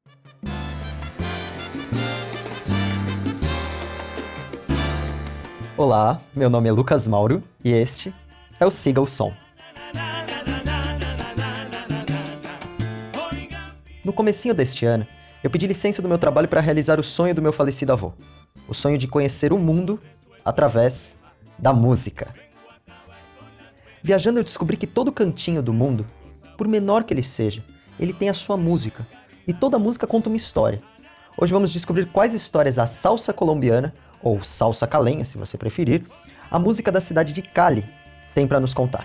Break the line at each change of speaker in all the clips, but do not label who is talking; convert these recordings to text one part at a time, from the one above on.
Olá, meu nome é Lucas Mauro e este é o Siga o Som. No comecinho deste ano, eu pedi licença do meu trabalho para realizar o sonho do meu falecido avô. O sonho de conhecer o mundo através da música. Viajando eu descobri que todo cantinho do mundo, por menor que ele seja, ele tem a sua música. E toda música conta uma história. Hoje vamos descobrir quais histórias a salsa colombiana, ou salsa caleña, se você preferir, a música da cidade de Cali tem para nos contar.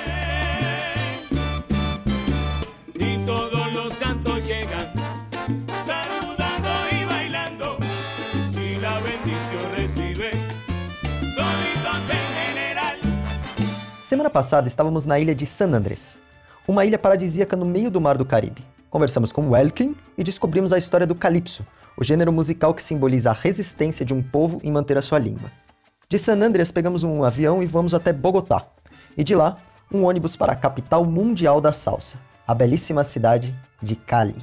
Semana passada estávamos na ilha de San Andrés, uma ilha paradisíaca no meio do mar do Caribe. Conversamos com Welkin e descobrimos a história do calypso, o gênero musical que simboliza a resistência de um povo em manter a sua língua. De San Andrés pegamos um avião e vamos até Bogotá, e de lá, um ônibus para a capital mundial da salsa, a belíssima cidade de Cali.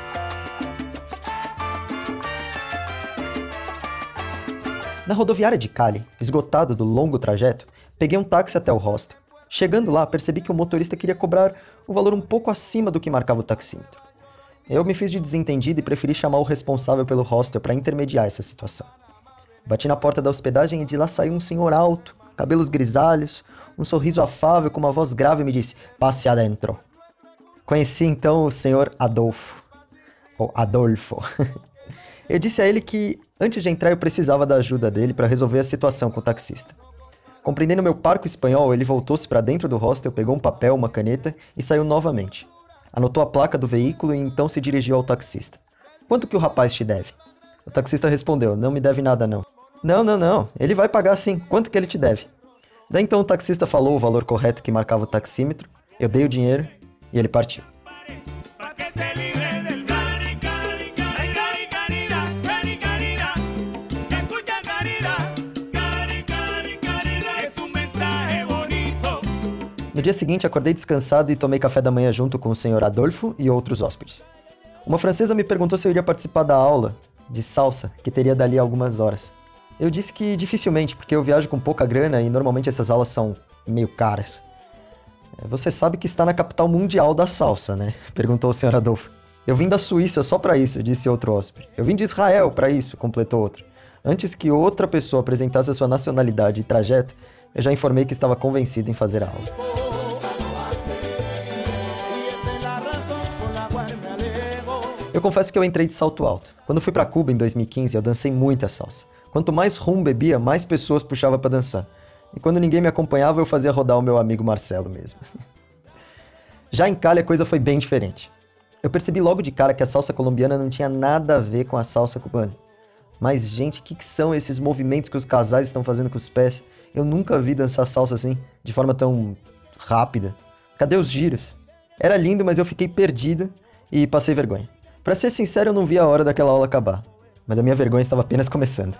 Na rodoviária de Cali, esgotado do longo trajeto, peguei um táxi até o hostel. Chegando lá, percebi que o motorista queria cobrar um valor um pouco acima do que marcava o taxímetro. Eu me fiz de desentendido e preferi chamar o responsável pelo hostel para intermediar essa situação. Bati na porta da hospedagem e de lá saiu um senhor alto, cabelos grisalhos, um sorriso afável com uma voz grave e me disse: "Passe adentro." Conheci então o senhor Adolfo, ou Adolfo. Eu disse a ele que antes de entrar eu precisava da ajuda dele para resolver a situação com o taxista. Compreendendo meu parco espanhol, ele voltou-se para dentro do hostel, pegou um papel, uma caneta e saiu novamente. Anotou a placa do veículo e então se dirigiu ao taxista. "Quanto que o rapaz te deve?" O taxista respondeu: "Não me deve nada não." Não, ele vai pagar sim. Quanto que ele te deve?" Daí então o taxista falou o valor correto que marcava o taxímetro, eu dei o dinheiro e ele partiu. No dia seguinte, acordei descansado e tomei café da manhã junto com o senhor Adolfo e outros hóspedes. Uma francesa me perguntou se eu iria participar da aula de salsa, que teria dali a algumas horas. Eu disse que dificilmente, porque eu viajo com pouca grana e normalmente essas aulas são meio caras. "Você sabe que está na capital mundial da salsa, né?" perguntou o senhor Adolfo. "Eu vim da Suíça só para isso", disse outro hóspede. "Eu vim de Israel para isso", completou outro. Antes que outra pessoa apresentasse a sua nacionalidade e trajeto, eu já informei que estava convencido em fazer a aula. Eu confesso que eu entrei de salto alto. Quando fui para Cuba em 2015, eu dancei muita salsa. Quanto mais rum bebia, mais pessoas puxava para dançar. E quando ninguém me acompanhava, eu fazia rodar o meu amigo Marcelo mesmo. Já em Cali, a coisa foi bem diferente. Eu percebi logo de cara que a salsa colombiana não tinha nada a ver com a salsa cubana. Mas, gente, o que são esses movimentos que os casais estão fazendo com os pés? Eu nunca vi dançar salsa assim, de forma tão rápida. Cadê os giros? Era lindo, mas eu fiquei perdido e passei vergonha. Pra ser sincero, eu não vi a hora daquela aula acabar. Mas a minha vergonha estava apenas começando.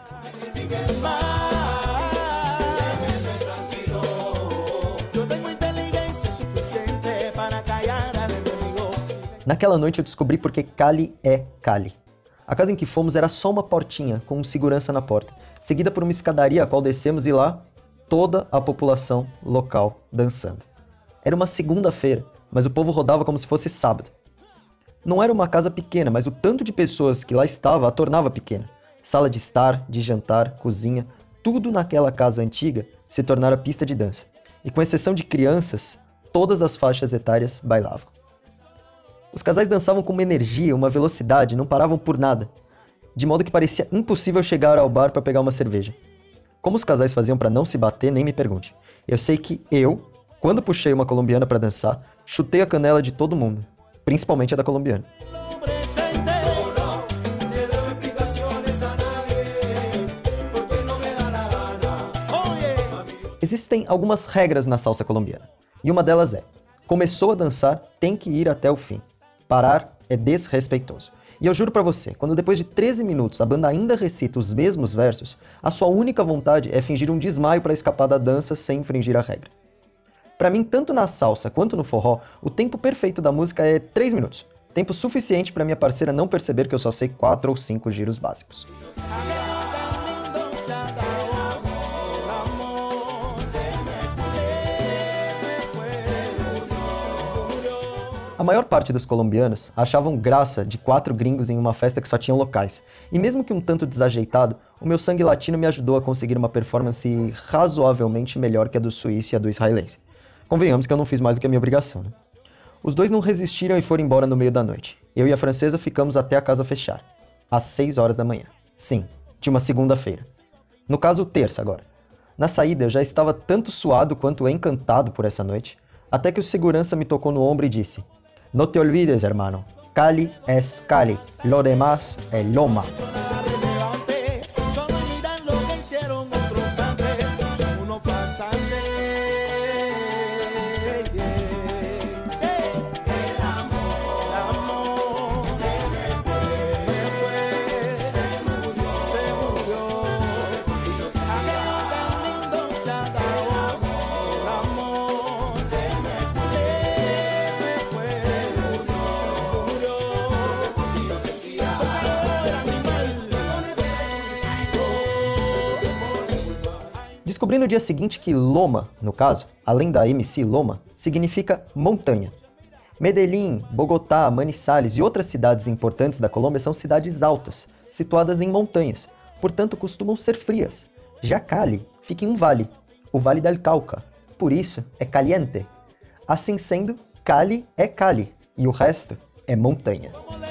Naquela noite eu descobri porque Cali é Cali. A casa em que fomos era só uma portinha, com um segurança na porta, seguida por uma escadaria a qual descemos e lá, toda a população local dançando. Era uma segunda-feira, mas o povo rodava como se fosse sábado. Não era uma casa pequena, mas o tanto de pessoas que lá estava a tornava pequena. Sala de estar, de jantar, cozinha, tudo naquela casa antiga se tornara pista de dança. E com exceção de crianças, todas as faixas etárias bailavam. Os casais dançavam com uma energia, uma velocidade, não paravam por nada. De modo que parecia impossível chegar ao bar para pegar uma cerveja. Como os casais faziam para não se bater, nem me pergunte. Eu sei que eu, quando puxei uma colombiana para dançar, chutei a canela de todo mundo. Principalmente a da colombiana. Existem algumas regras na salsa colombiana. E uma delas é: começou a dançar, tem que ir até o fim. Parar é desrespeitoso. E eu juro pra você, quando depois de 13 minutos a banda ainda recita os mesmos versos, a sua única vontade é fingir um desmaio para escapar da dança sem infringir a regra. Pra mim, tanto na salsa quanto no forró, o tempo perfeito da música é 3 minutos. Tempo suficiente para minha parceira não perceber que eu só sei 4 ou 5 giros básicos. A maior parte dos colombianos achavam graça de 4 gringos em uma festa que só tinham locais, e mesmo que um tanto desajeitado, o meu sangue latino me ajudou a conseguir uma performance razoavelmente melhor que a do suíço e a do israelense. Convenhamos que eu não fiz mais do que a minha obrigação, né? Os dois não resistiram e foram embora no meio da noite. Eu e a francesa ficamos até a casa fechar, às 6 horas da manhã. Sim, de uma segunda-feira. No caso, terça agora. Na saída eu já estava tanto suado quanto encantado por essa noite, até que o segurança me tocou no ombro e disse: "No te olvides, hermano. Cali es Cali. Lo demás es Loma." Descobri no dia seguinte que Loma, no caso, além da MC Loma, significa montanha. Medellín, Bogotá, Manizales e outras cidades importantes da Colômbia são cidades altas, situadas em montanhas, portanto costumam ser frias. Já Cali fica em um vale, o Vale del Cauca, por isso é caliente. Assim sendo, Cali é Cali e o resto é montanha.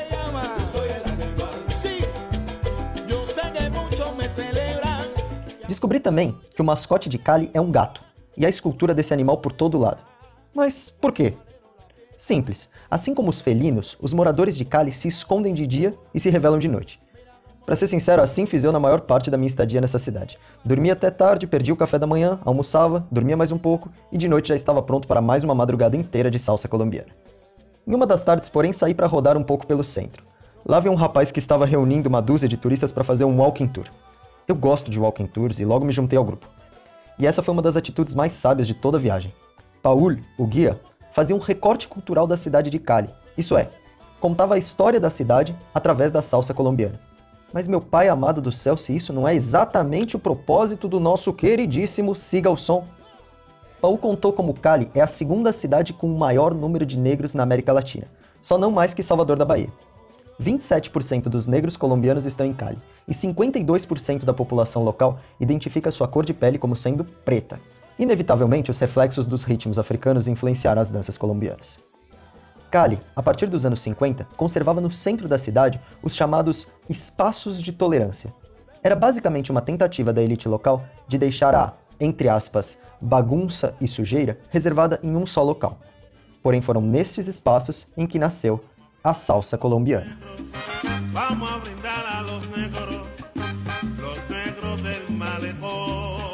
Descobri também que o mascote de Cali é um gato, e a escultura desse animal por todo lado. Mas por quê? Simples. Assim como os felinos, os moradores de Cali se escondem de dia e se revelam de noite. Pra ser sincero, assim fiz eu na maior parte da minha estadia nessa cidade. Dormia até tarde, perdia o café da manhã, almoçava, dormia mais um pouco e de noite já estava pronto para mais uma madrugada inteira de salsa colombiana. Em uma das tardes, porém, saí para rodar um pouco pelo centro. Lá vi um rapaz que estava reunindo uma dúzia de turistas para fazer um walking tour. Eu gosto de walking tours e logo me juntei ao grupo. E essa foi uma das atitudes mais sábias de toda a viagem. Paul, o guia, fazia um recorte cultural da cidade de Cali. Isso é, contava a história da cidade através da salsa colombiana. Mas meu pai amado do céu, se isso não é exatamente o propósito do nosso queridíssimo Siga o Som. Paul contou como Cali é a segunda cidade com o maior número de negros na América Latina, só não mais que Salvador da Bahia. 27% dos negros colombianos estão em Cali, e 52% da população local identifica sua cor de pele como sendo preta. Inevitavelmente, os reflexos dos ritmos africanos influenciaram as danças colombianas. Cali, a partir dos anos 50, conservava no centro da cidade os chamados espaços de tolerância. Era basicamente uma tentativa da elite local de deixar a, entre aspas, bagunça e sujeira reservada em um só local. Porém, foram nestes espaços em que nasceu a salsa colombiana. Vamos a brindar a los negros del malecón,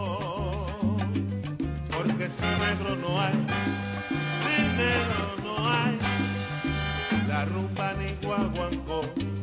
porque sin negro no hay, la rumba ni guaguancó.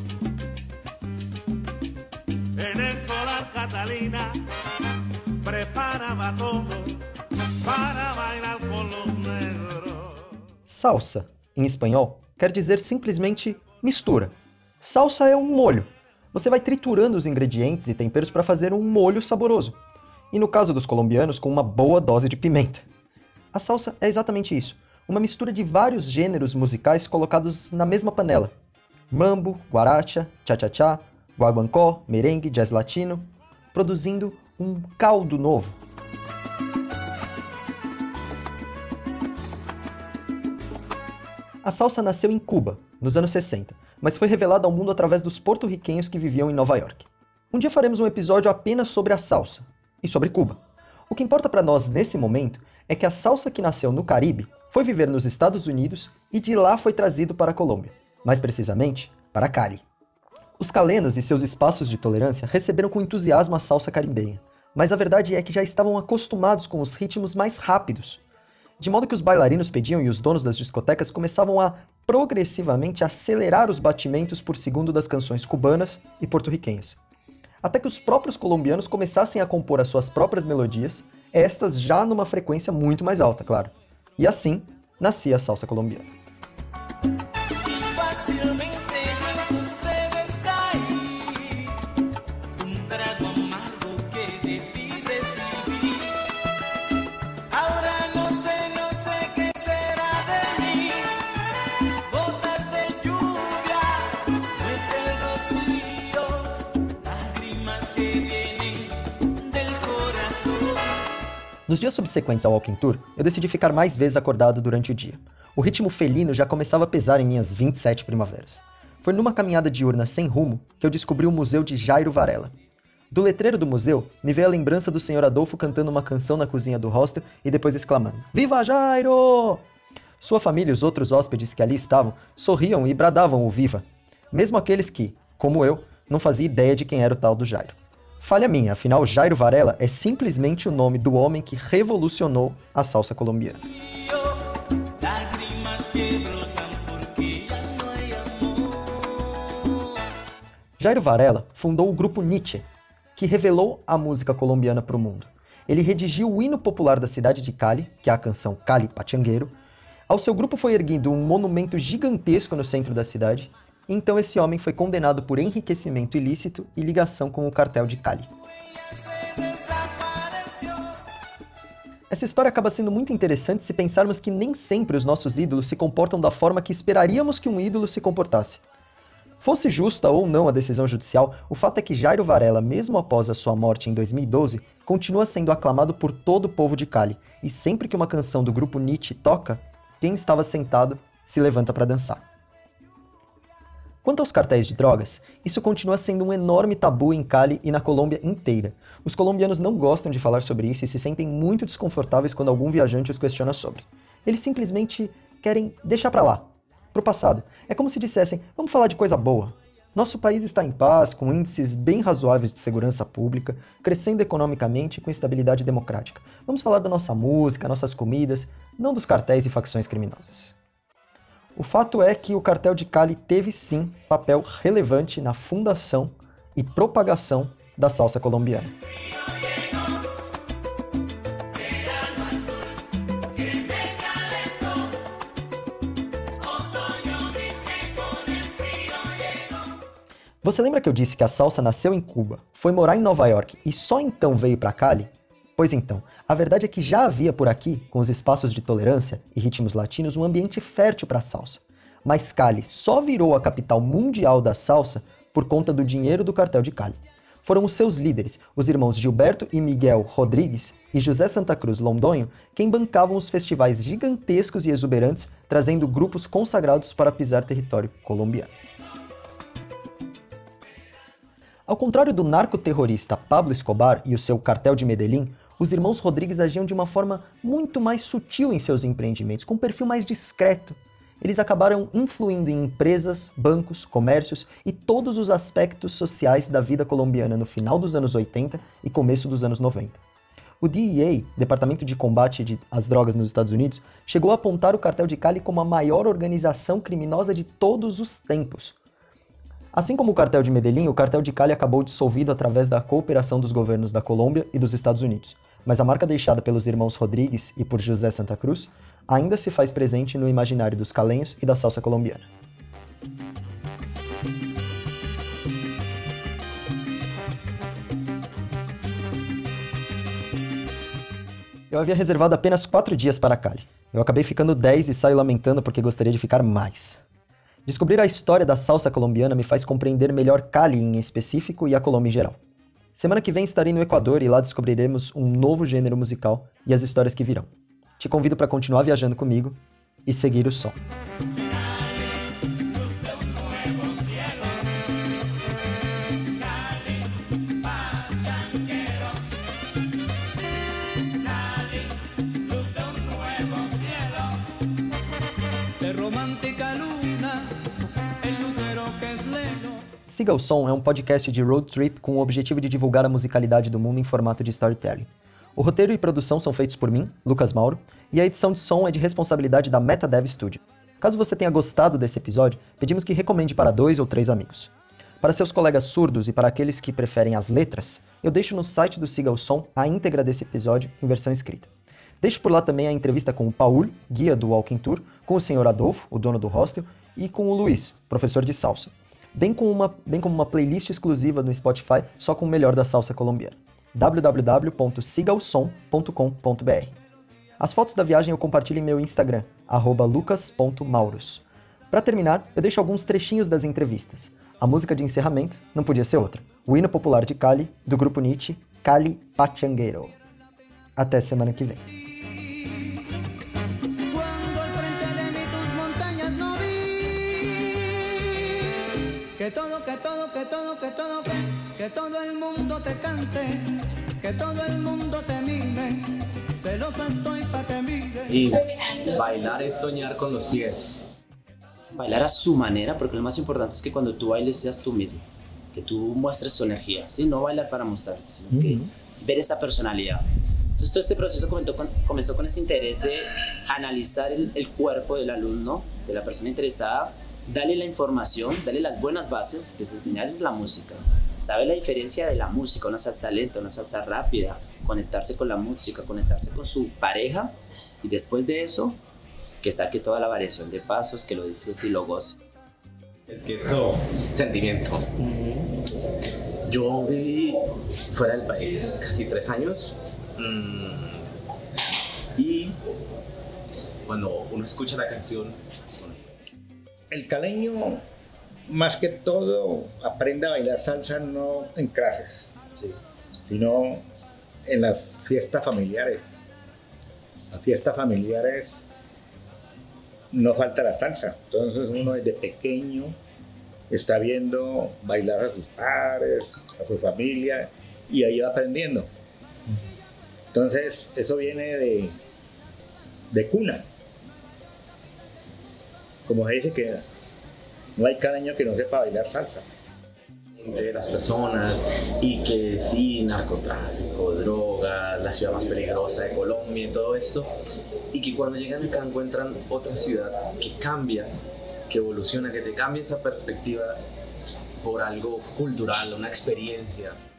En el solar Catalina preparaba todo para bailar con los negros. Salsa, em espanhol, quer dizer simplesmente mistura. Salsa é um molho. Você vai triturando os ingredientes e temperos para fazer um molho saboroso. E no caso dos colombianos, com uma boa dose de pimenta. A salsa é exatamente isso. Uma mistura de vários gêneros musicais colocados na mesma panela. Mambo, guaracha, cha-cha-cha, guaguancó, merengue, jazz latino, produzindo um caldo novo. A salsa nasceu em Cuba, nos anos 60, mas foi revelada ao mundo através dos porto-riquenhos que viviam em Nova York. Um dia faremos um episódio apenas sobre a salsa, e sobre Cuba. O que importa para nós nesse momento é que a salsa que nasceu no Caribe foi viver nos Estados Unidos e de lá foi trazido para a Colômbia, mais precisamente, para Cali. Os calenos e seus espaços de tolerância receberam com entusiasmo a salsa caribenha, mas a verdade é que já estavam acostumados com os ritmos mais rápidos, de modo que os bailarinos pediam e os donos das discotecas começavam a progressivamente acelerar os batimentos por segundo das canções cubanas e porto-riquenhas. Até que os próprios colombianos começassem a compor as suas próprias melodias, estas já numa frequência muito mais alta, claro. E assim, nascia a salsa colombiana. Nos dias subsequentes ao Walking Tour, eu decidi ficar mais vezes acordado durante o dia. O ritmo felino já começava a pesar em minhas 27 primaveras. Foi numa caminhada diurna sem rumo que eu descobri o Museu de Jairo Varela. Do letreiro do museu, me veio a lembrança do Sr. Adolfo cantando uma canção na cozinha do hostel e depois exclamando: "Viva Jairo!" Sua família e os outros hóspedes que ali estavam sorriam e bradavam o viva, mesmo aqueles que, como eu, não fazia ideia de quem era o tal do Jairo. Falha minha, afinal Jairo Varela é simplesmente o nome do homem que revolucionou a salsa colombiana. Jairo Varela fundou o grupo Nietzsche, que revelou a música colombiana para o mundo. Ele redigiu o hino popular da cidade de Cali, que é a canção Cali Pachanguero. Ao seu grupo foi erguido um monumento gigantesco no centro da cidade, e então esse homem foi condenado por enriquecimento ilícito e ligação com o cartel de Cali. Essa história acaba sendo muito interessante se pensarmos que nem sempre os nossos ídolos se comportam da forma que esperaríamos que um ídolo se comportasse. Fosse justa ou não a decisão judicial, o fato é que Jairo Varela, mesmo após a sua morte em 2012, continua sendo aclamado por todo o povo de Cali, e sempre que uma canção do grupo Nietzsche toca, quem estava sentado se levanta para dançar. Quanto aos cartéis de drogas, isso continua sendo um enorme tabu em Cali e na Colômbia inteira. Os colombianos não gostam de falar sobre isso e se sentem muito desconfortáveis quando algum viajante os questiona sobre. Eles simplesmente querem deixar pra lá, pro passado. É como se dissessem: vamos falar de coisa boa. Nosso país está em paz, com índices bem razoáveis de segurança pública, crescendo economicamente e com estabilidade democrática. Vamos falar da nossa música, nossas comidas, não dos cartéis e facções criminosas. O fato é que o cartel de Cali teve sim papel relevante na fundação e propagação da salsa colombiana. Você lembra que eu disse que a salsa nasceu em Cuba, foi morar em Nova York e só então veio para Cali? Pois então, a verdade é que já havia por aqui, com os espaços de tolerância e ritmos latinos, um ambiente fértil para a salsa. Mas Cali só virou a capital mundial da salsa por conta do dinheiro do cartel de Cali. Foram os seus líderes, os irmãos Gilberto e Miguel Rodrigues e José Santa Cruz Londonho, quem bancavam os festivais gigantescos e exuberantes, trazendo grupos consagrados para pisar território colombiano. Ao contrário do narcoterrorista Pablo Escobar e o seu cartel de Medellín, os irmãos Rodrigues agiam de uma forma muito mais sutil em seus empreendimentos, com um perfil mais discreto. Eles acabaram influindo em empresas, bancos, comércios e todos os aspectos sociais da vida colombiana no final dos anos 80 e começo dos anos 90. O DEA, Departamento de Combate às Drogas nos Estados Unidos, chegou a apontar o cartel de Cali como a maior organização criminosa de todos os tempos. Assim como o cartel de Medellín, o cartel de Cali acabou dissolvido através da cooperação dos governos da Colômbia e dos Estados Unidos, mas a marca deixada pelos irmãos Rodrigues e por José Santa Cruz ainda se faz presente no imaginário dos caleños e da salsa colombiana. Eu havia reservado apenas 4 dias para Cali. Eu acabei ficando 10 e saio lamentando porque gostaria de ficar mais. Descobrir a história da salsa colombiana me faz compreender melhor Cali em específico e a Colômbia em geral. Semana que vem estarei no Equador e lá descobriremos um novo gênero musical e as histórias que virão. Te convido para continuar viajando comigo e seguir o som. Siga o Som é um podcast de road trip com o objetivo de divulgar a musicalidade do mundo em formato de storytelling. O roteiro e produção são feitos por mim, Lucas Mauro, e a edição de som é de responsabilidade da MetaDev Studio. Caso você tenha gostado desse episódio, pedimos que recomende para 2 ou 3 amigos. Para seus colegas surdos e para aqueles que preferem as letras, eu deixo no site do Siga o Som a íntegra desse episódio em versão escrita. Deixo por lá também a entrevista com o Paul, guia do Walking Tour, com o Sr. Adolfo, o dono do hostel, e com o Luiz, professor de salsa. Bem como uma playlist exclusiva no Spotify só com o melhor da salsa colombiana. www.sigaosom.com.br. As fotos da viagem eu compartilho em meu Instagram, @lucas.mauros. Para terminar, eu deixo alguns trechinhos das entrevistas. A música de encerramento não podia ser outra. O hino popular de Cali, do grupo Nietzsche, Cali Pachanguero. Até semana que vem.
Cuando al frente de mí tus montañas no vi, que todo, que todo, que todo, que todo, que todo el mundo te cante, que todo el mundo te mire, celosa estoy pa' que mire.
Y bailar es soñar con los pies.
Bailar a su manera, porque lo más importante es que cuando tú bailes seas tú mismo, que tú muestres tu energía, ¿sí? No bailar para mostrarse, sino que ver esa personalidad. Entonces todo este proceso comenzó con ese interés de analizar el cuerpo del alumno, de la persona interesada, darle la información, darle las buenas bases, que es enseñarles la música, saber la diferencia de la música, una salsa lenta, una salsa rápida, conectarse con la música, conectarse con su pareja, y después de eso, que saque toda la variación de pasos, que lo disfrute y lo goce.
Es que esto, sentimiento. Yo viví fuera del país casi 3 años y cuando uno escucha la canción...
El caleño, más que todo, aprende a bailar salsa no en clases, sino en las fiestas familiares. Las fiestas familiares no falta la salsa, entonces uno desde pequeño está viendo bailar a sus padres, a su familia, y ahí va aprendiendo. Entonces eso viene de cuna. Como se dice que no hay caleño que no sepa bailar salsa.
De las personas, y que sí, narcotráfico, drogas, la ciudad más peligrosa de Colombia y todo esto, y que cuando llegan acá encuentran otra ciudad que cambia, que evoluciona, que te cambia esa perspectiva por algo cultural, una experiencia.